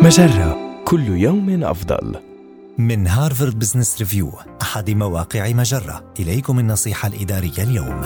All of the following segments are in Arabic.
مجرة، كل يوم أفضل. من هارفارد بزنس ريفيو، أحد مواقع مجرة، إليكم النصيحة الإدارية اليوم.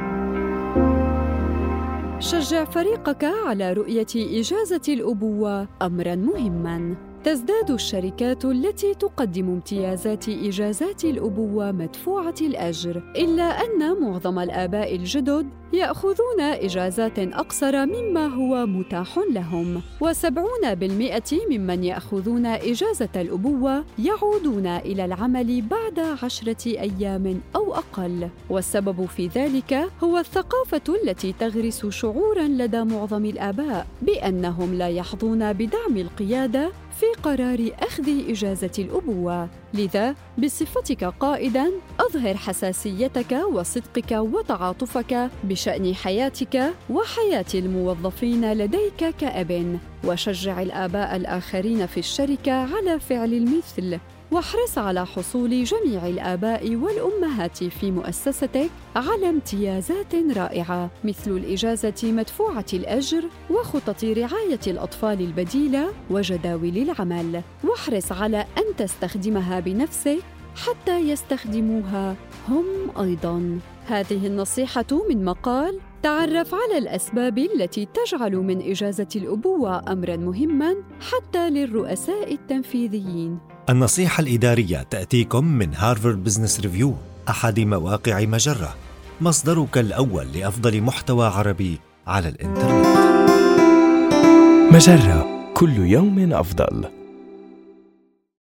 شجع فريقك على رؤية إجازة الأبوة أمراً مهماً. تزداد الشركات التي تقدم امتيازات إجازات الأبوة مدفوعة الأجر، إلا أن معظم الآباء الجدد يأخذون إجازات أقصر مما هو متاح لهم، و70% ممن يأخذون إجازة الأبوة يعودون إلى العمل بعد 10 أيام أو أقل. والسبب في ذلك هو الثقافة التي تغرس شعوراً لدى معظم الآباء بأنهم لا يحظون بدعم القيادة في قرار أخذ إجازة الأبوة. لذا بصفتك قائداً، أظهر حساسيتك وصدقك وتعاطفك بشأن حياتك وحياة الموظفين لديك كأب، وشجع الآباء الآخرين في الشركة على فعل المثل. واحرص على حصول جميع الآباء والأمهات في مؤسستك على امتيازات رائعة، مثل الإجازة مدفوعة الأجر وخطط رعاية الأطفال البديلة وجداول العمل. واحرص على أن تستخدمها بنفسك حتى يستخدموها هم أيضاً. هذه النصيحة من مقال تعرف على الأسباب التي تجعل من إجازة الأبوة أمراً مهماً حتى للرؤساء التنفيذيين. النصيحة الإدارية تأتيكم من هارفارد بزنس ريفيو، أحد مواقع مجرة، مصدرك الأول لأفضل محتوى عربي على الإنترنت. مجرة، كل يوم أفضل.